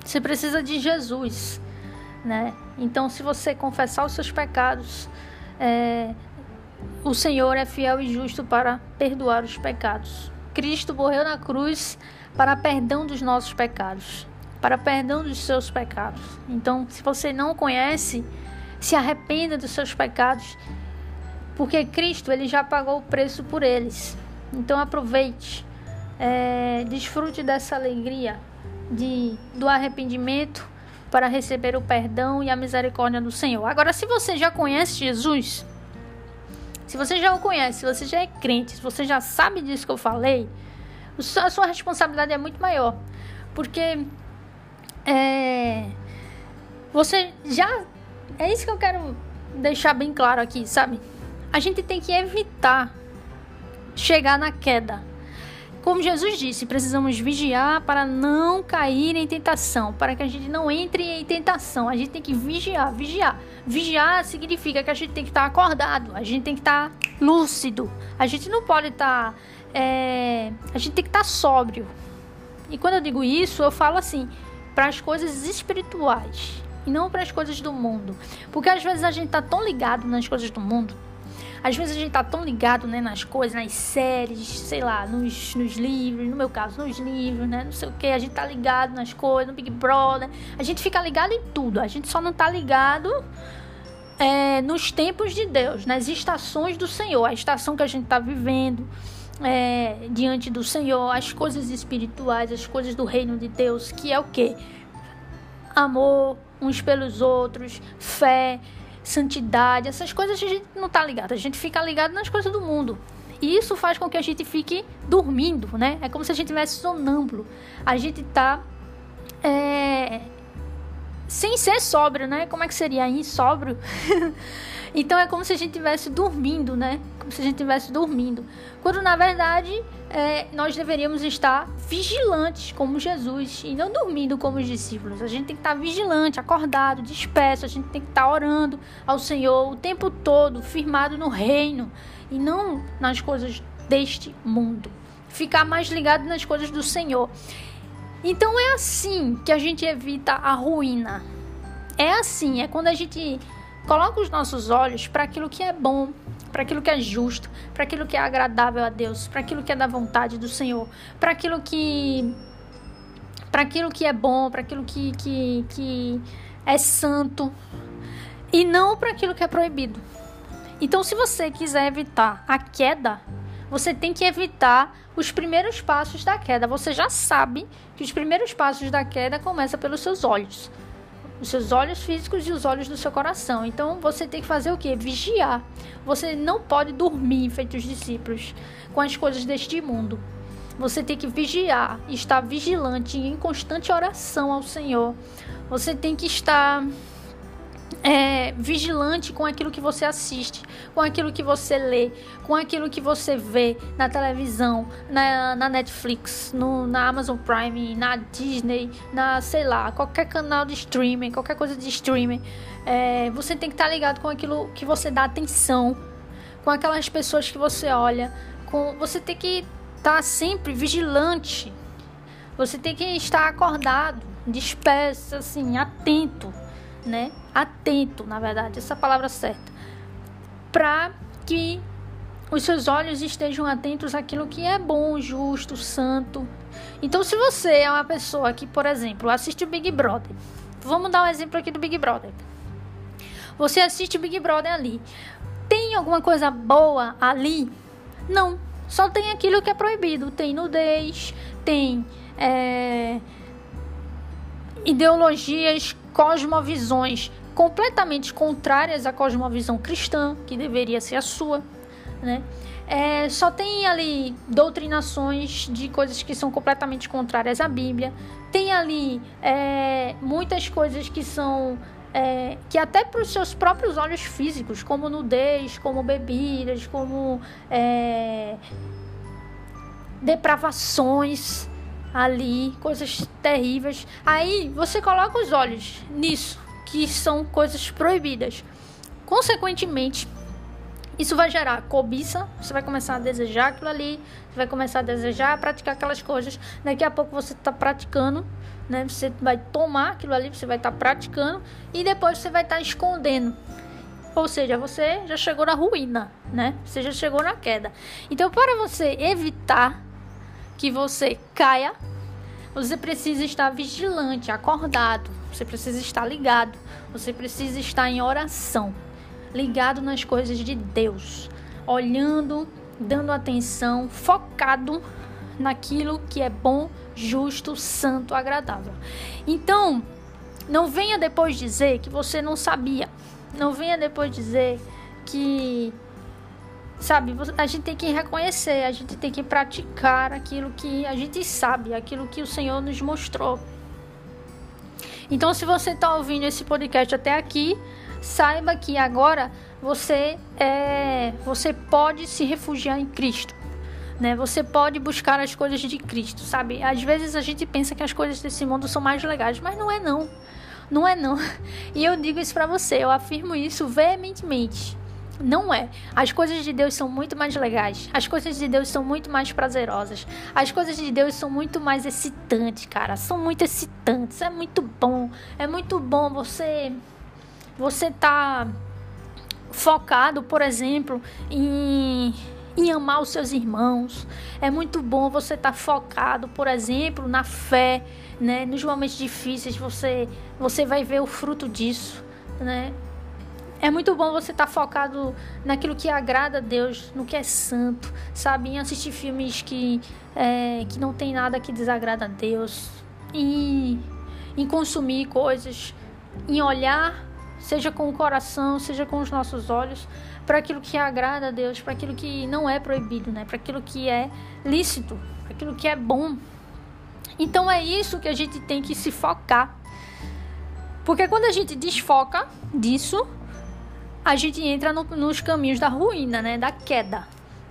Você precisa de Jesus, né? Então, se você confessar os seus pecados, é, o Senhor é fiel e justo para perdoar os pecados. Cristo morreu na cruz para perdão dos nossos pecados, para perdão dos seus pecados. Então, se você não o conhece, se arrependa dos seus pecados, porque Cristo ele já pagou o preço por eles. Então, aproveite, é, desfrute dessa alegria de, do arrependimento para receber o perdão e a misericórdia do Senhor. Agora, se você já conhece Jesus, se você já o conhece, se você já é crente, se você já sabe disso que eu falei, a sua responsabilidade é muito maior. Porque é, você já... É isso que eu quero deixar bem claro aqui, sabe? A gente tem que evitar chegar na queda. Como Jesus disse, precisamos vigiar para não cair em tentação, para que a gente não entre em tentação. A gente tem que vigiar, vigiar. Vigiar significa que a gente tem que estar acordado, a gente tem que estar lúcido, a gente não pode estar... É, a gente tem que estar sóbrio. E quando eu digo isso, eu falo assim, para as coisas espirituais e não para as coisas do mundo. Porque às vezes a gente está tão ligado nas coisas do mundo, às vezes a gente tá tão ligado, né, nas coisas, nas séries, sei lá, nos, nos livros, no meu caso, nos livros, né, não sei o que, a gente tá ligado nas coisas, no Big Brother, a gente fica ligado em tudo, a gente só não tá ligado é, nos tempos de Deus, nas estações do Senhor, a estação que a gente tá vivendo é, diante do Senhor, as coisas espirituais, as coisas do reino de Deus, que é o quê? Amor uns pelos outros, fé, santidade, essas coisas a gente não tá ligado, a gente fica ligado nas coisas do mundo. E isso faz com que a gente fique dormindo, né? É como se a gente tivesse sonâmbulo. A gente tá é, sem ser sóbrio, né? Como é que seria insóbrio? Então é como se a gente estivesse dormindo, né? Como se a gente estivesse dormindo. Quando na verdade é, nós deveríamos estar vigilantes como Jesus e não dormindo como os discípulos. A gente tem que estar vigilante, acordado, disperso. A gente tem que estar orando ao Senhor o tempo todo, firmado no reino e não nas coisas deste mundo. Ficar mais ligado nas coisas do Senhor. Então é assim que a gente evita a ruína. É assim, é quando a gente coloca os nossos olhos para aquilo que é bom, para aquilo que é justo, para aquilo que é agradável a Deus, para aquilo que é da vontade do Senhor, para aquilo que para aquilo que é bom, para aquilo que, que, que é santo, e não para aquilo que é proibido. Então, se você quiser evitar a queda, você tem que evitar os primeiros passos da queda. Você já sabe que os primeiros passos da queda começam pelos seus olhos. Os seus olhos físicos e os olhos do seu coração. Então, você tem que fazer o quê? Vigiar. Você não pode dormir, feito os discípulos, com as coisas deste mundo. Você tem que vigiar, estar vigilante em constante oração ao Senhor. Você tem que estar é, vigilante com aquilo que você assiste, com aquilo que você lê, com aquilo que você vê na televisão, na, na Netflix, no, na Amazon Prime, na Disney, na, sei lá, qualquer canal de streaming, qualquer coisa de streaming. É, você tem que estar ligado com aquilo que você dá atenção, com aquelas pessoas que você olha, com, você tem que estar sempre vigilante, você tem que estar acordado, disperso, assim, atento, né? Atento, na verdade, essa palavra certa, para que os seus olhos estejam atentos àquilo que é bom, justo, santo. Então, se você é uma pessoa que, por exemplo, assiste o Big Brother, vamos dar um exemplo aqui do Big Brother. Você assiste o Big Brother ali, tem alguma coisa boa ali? Não, só tem aquilo que é proibido. Tem nudez, tem é, ideologias, cosmovisões completamente contrárias à cosmovisão cristã, que deveria ser a sua, né? É, só tem ali doutrinações de coisas que são completamente contrárias à Bíblia. Tem ali é, muitas coisas que são é, que até para os seus próprios olhos físicos, como nudez, como bebidas, como é, depravações ali, coisas terríveis. Aí você coloca os olhos nisso, que são coisas proibidas. Consequentemente, Isso vai gerar cobiça, você vai começar a desejar aquilo ali, você vai começar a desejar, praticar aquelas coisas. Daqui a pouco você está praticando, né? Você vai tomar aquilo ali, você vai estar tá praticando e depois você vai estar tá escondendo. Ou seja, você já chegou na ruína, né? Você já chegou na queda. Então, para você evitar que você caia, você precisa estar vigilante, acordado. Você precisa estar ligado. Você precisa estar em oração, ligado nas coisas de Deus, olhando, dando atenção, focado naquilo que é bom, justo, santo, agradável. Então, não venha depois dizer que você não sabia. Não venha depois dizer que, sabe, a gente tem que reconhecer, a gente tem que praticar aquilo que a gente sabe, aquilo que o Senhor nos mostrou. Então, se você está ouvindo esse podcast até aqui, saiba que agora você, é, você pode se refugiar em Cristo, né? Você pode buscar as coisas de Cristo, sabe? Às vezes a gente pensa que as coisas desse mundo são mais legais, mas não é não. Não é não. E eu digo isso pra você, eu afirmo isso veementemente. Não é. As coisas de Deus são muito mais legais. As coisas de Deus são muito mais prazerosas. As coisas de Deus são muito mais excitantes, cara. São muito excitantes. É muito bom. É muito bom você... Você tá focado, por exemplo, em... em amar os seus irmãos. É muito bom você estar tá focado, por exemplo, na fé, né? Nos momentos difíceis você, você vai ver o fruto disso, né? É muito bom você estar tá focado naquilo que agrada a Deus, no que é santo, sabe? Em assistir filmes que, é, que não tem nada que desagrada a Deus, em, em consumir coisas, em olhar, seja com o coração, seja com os nossos olhos, para aquilo que agrada a Deus, para aquilo que não é proibido, né? Para aquilo que é lícito, para aquilo que é bom. Então é isso que a gente tem que se focar. Porque quando a gente desfoca disso, a gente entra no, nos caminhos da ruína, né? Da queda.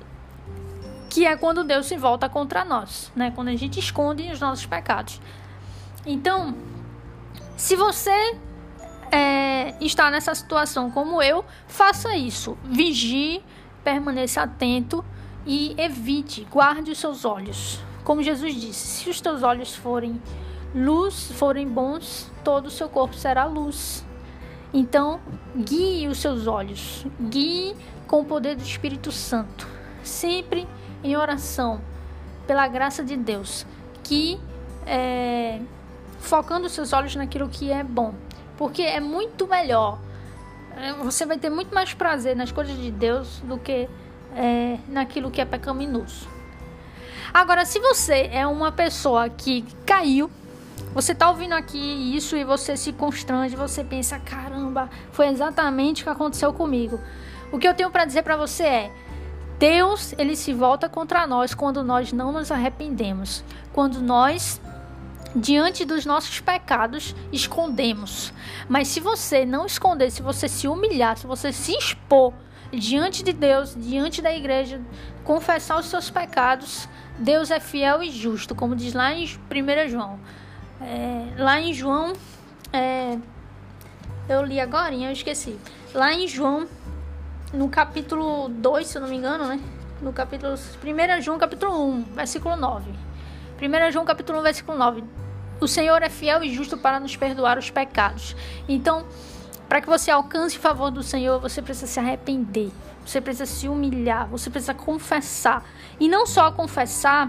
Que é quando Deus se volta contra nós, né? Quando a gente esconde os nossos pecados. Então, se você É, está nessa situação como eu, faça isso. Vigie, permaneça atento e evite, guarde os seus olhos. Como Jesus disse, se os teus olhos forem luz, forem bons, todo o seu corpo será luz. Então, guie os seus olhos, guie com o poder do Espírito Santo, sempre em oração, pela graça de Deus, que é, focando os seus olhos naquilo que é bom. Porque é muito melhor, você vai ter muito mais prazer nas coisas de Deus do que é, naquilo que é pecaminoso. Agora, se você é uma pessoa que caiu, você tá ouvindo aqui isso e você se constrange, você pensa, caramba, foi exatamente o que aconteceu comigo. O que eu tenho para dizer para você é, Deus, ele se volta contra nós quando nós não nos arrependemos, quando nós... diante dos nossos pecados, escondemos. Mas se você não esconder, se você se humilhar, se você se expor diante de Deus, diante da igreja, confessar os seus pecados, Deus é fiel e justo, como diz lá em primeiro João. É, lá em João, é, eu li agora, eu esqueci. Lá em João, no capítulo dois, se eu não me engano, né? No capítulo primeiro João, capítulo um, versículo nove. primeiro João capítulo um, versículo nove. O Senhor é fiel e justo para nos perdoar os pecados. Então, para que você alcance o favor do Senhor, você precisa se arrepender. Você precisa se humilhar. Você precisa confessar. E não só confessar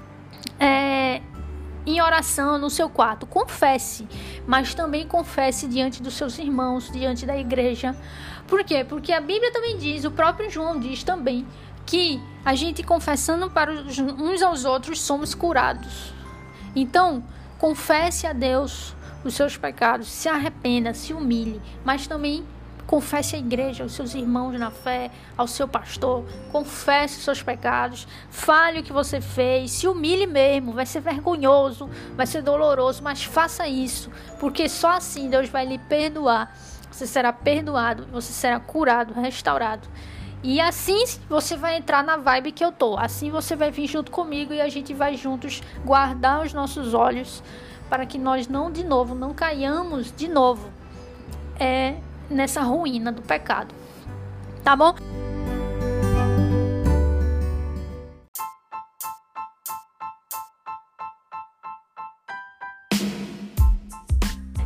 é, em oração no seu quarto. Confesse. Mas também confesse diante dos seus irmãos, diante da igreja. Por quê? Porque a Bíblia também diz, o próprio João diz também, que a gente confessando para os, uns aos outros somos curados. Então, confesse a Deus os seus pecados, se arrependa, se humilhe, mas também confesse à igreja, aos seus irmãos na fé, ao seu pastor, confesse os seus pecados, fale o que você fez, se humilhe mesmo, vai ser vergonhoso, vai ser doloroso, mas faça isso, porque só assim Deus vai lhe perdoar, você será perdoado, você será curado, restaurado. E assim você vai entrar na vibe que eu tô. Assim você vai vir junto comigo e a gente vai juntos guardar os nossos olhos para que nós não de novo, não caiamos de novo é, nessa ruína do pecado. Tá bom?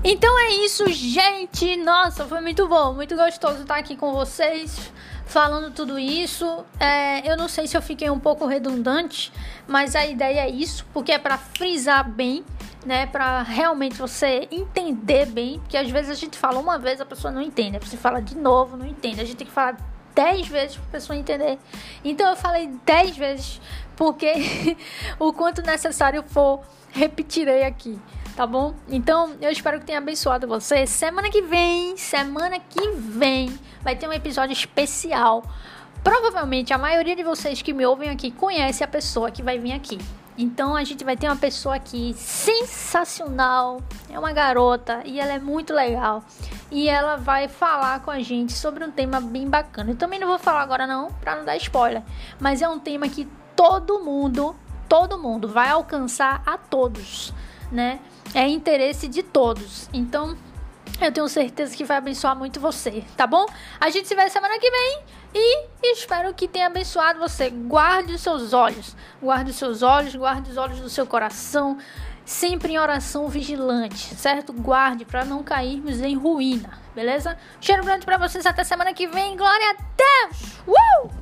Então é isso, gente. Nossa, foi muito bom, muito gostoso estar aqui com vocês, falando tudo isso. É, eu não sei se eu fiquei um pouco redundante, mas a ideia é isso, porque é para frisar bem, né? Para realmente você entender bem, porque às vezes a gente fala uma vez, a pessoa não entende, aí você fala de novo, não entende. A gente tem que falar dez vezes para a pessoa entender. Então eu falei dez vezes, porque o quanto necessário for, repetirei aqui. Tá bom? Então, eu espero que tenha abençoado você. Semana que vem, semana que vem, vai ter um episódio especial. Provavelmente, a maioria de vocês que me ouvem aqui conhece a pessoa que vai vir aqui. Então, a gente vai ter uma pessoa aqui sensacional. É uma garota e ela é muito legal. E ela vai falar com a gente sobre um tema bem bacana. Eu também não vou falar agora não, pra não dar spoiler. Mas é um tema que todo mundo, todo mundo vai alcançar a todos, né? É interesse de todos. Então, eu tenho certeza que vai abençoar muito você, tá bom? A gente se vê semana que vem e espero que tenha abençoado você. Guarde os seus olhos. Guarde os seus olhos, guarde os olhos do seu coração. Sempre em oração vigilante, certo? Guarde para não cairmos em ruína, beleza? Cheiro grande para vocês. Até semana que vem. Glória a Deus! Uh!